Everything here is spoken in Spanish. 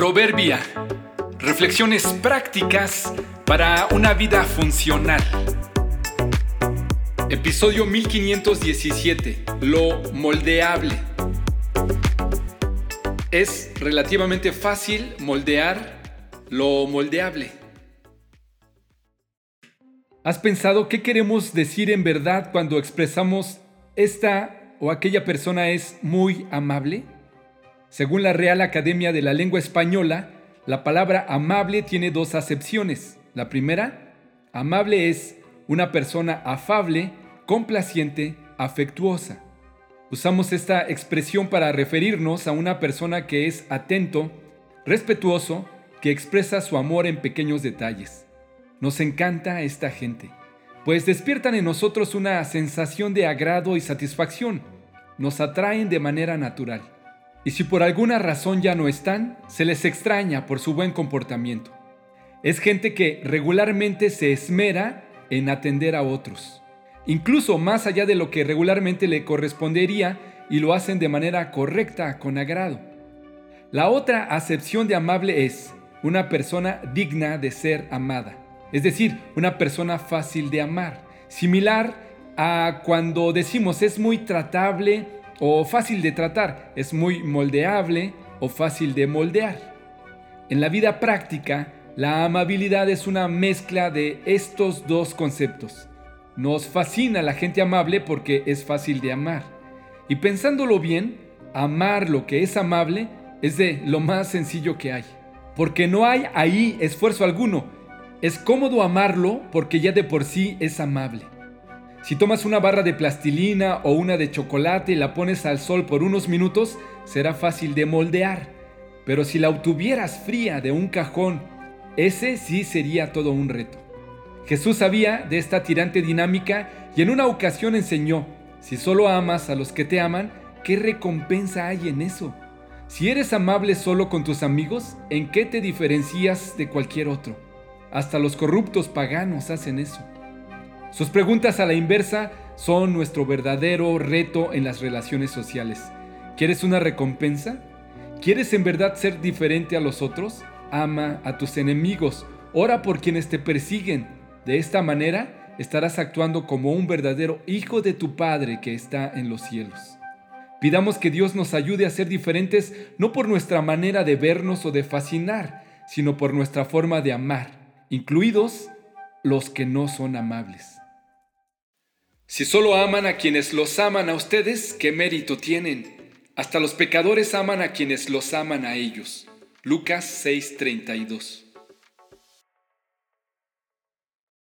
Proverbia. Reflexiones prácticas para una vida funcional. Episodio 1517. Lo moldeable. Es relativamente fácil moldear lo moldeable. ¿Has pensado qué queremos decir en verdad cuando expresamos esta o aquella persona es muy amable? Según la Real Academia de la Lengua Española, la palabra amable tiene dos acepciones. La primera, amable es una persona afable, complaciente, afectuosa. Usamos esta expresión para referirnos a una persona que es atento, respetuoso, que expresa su amor en pequeños detalles. Nos encanta esta gente, pues despiertan en nosotros una sensación de agrado y satisfacción. Nos atraen de manera natural. Y si por alguna razón ya no están, se les extraña por su buen comportamiento. Es gente que regularmente se esmera en atender a otros, incluso más allá de lo que regularmente le correspondería, y lo hacen de manera correcta, con agrado. La otra acepción de amable es una persona digna de ser amada, es decir, una persona fácil de amar, similar a cuando decimos es muy tratable o fácil de tratar, es muy moldeable o fácil de moldear. En la vida práctica, la amabilidad es una mezcla de estos dos conceptos. Nos fascina la gente amable porque es fácil de amar. Y pensándolo bien, amar lo que es amable es de lo más sencillo que hay, porque no hay ahí esfuerzo alguno. Es cómodo amarlo porque ya de por sí es amable. Si tomas una barra de plastilina o una de chocolate y la pones al sol por unos minutos, será fácil de moldear. Pero si la obtuvieras fría de un cajón, ese sí sería todo un reto. Jesús sabía de esta tirante dinámica y en una ocasión enseñó: si solo amas a los que te aman, ¿qué recompensa hay en eso? Si eres amable solo con tus amigos, ¿en qué te diferencias de cualquier otro? Hasta los corruptos paganos hacen eso. Sus preguntas a la inversa son nuestro verdadero reto en las relaciones sociales. ¿Quieres una recompensa? ¿Quieres en verdad ser diferente a los otros? Ama a tus enemigos, ora por quienes te persiguen. De esta manera estarás actuando como un verdadero hijo de tu Padre que está en los cielos. Pidamos que Dios nos ayude a ser diferentes, no por nuestra manera de vernos o de fascinar, sino por nuestra forma de amar, incluidos los que no son amables. Si solo aman a quienes los aman a ustedes, ¿qué mérito tienen? Hasta los pecadores aman a quienes los aman a ellos. Lucas 6:32.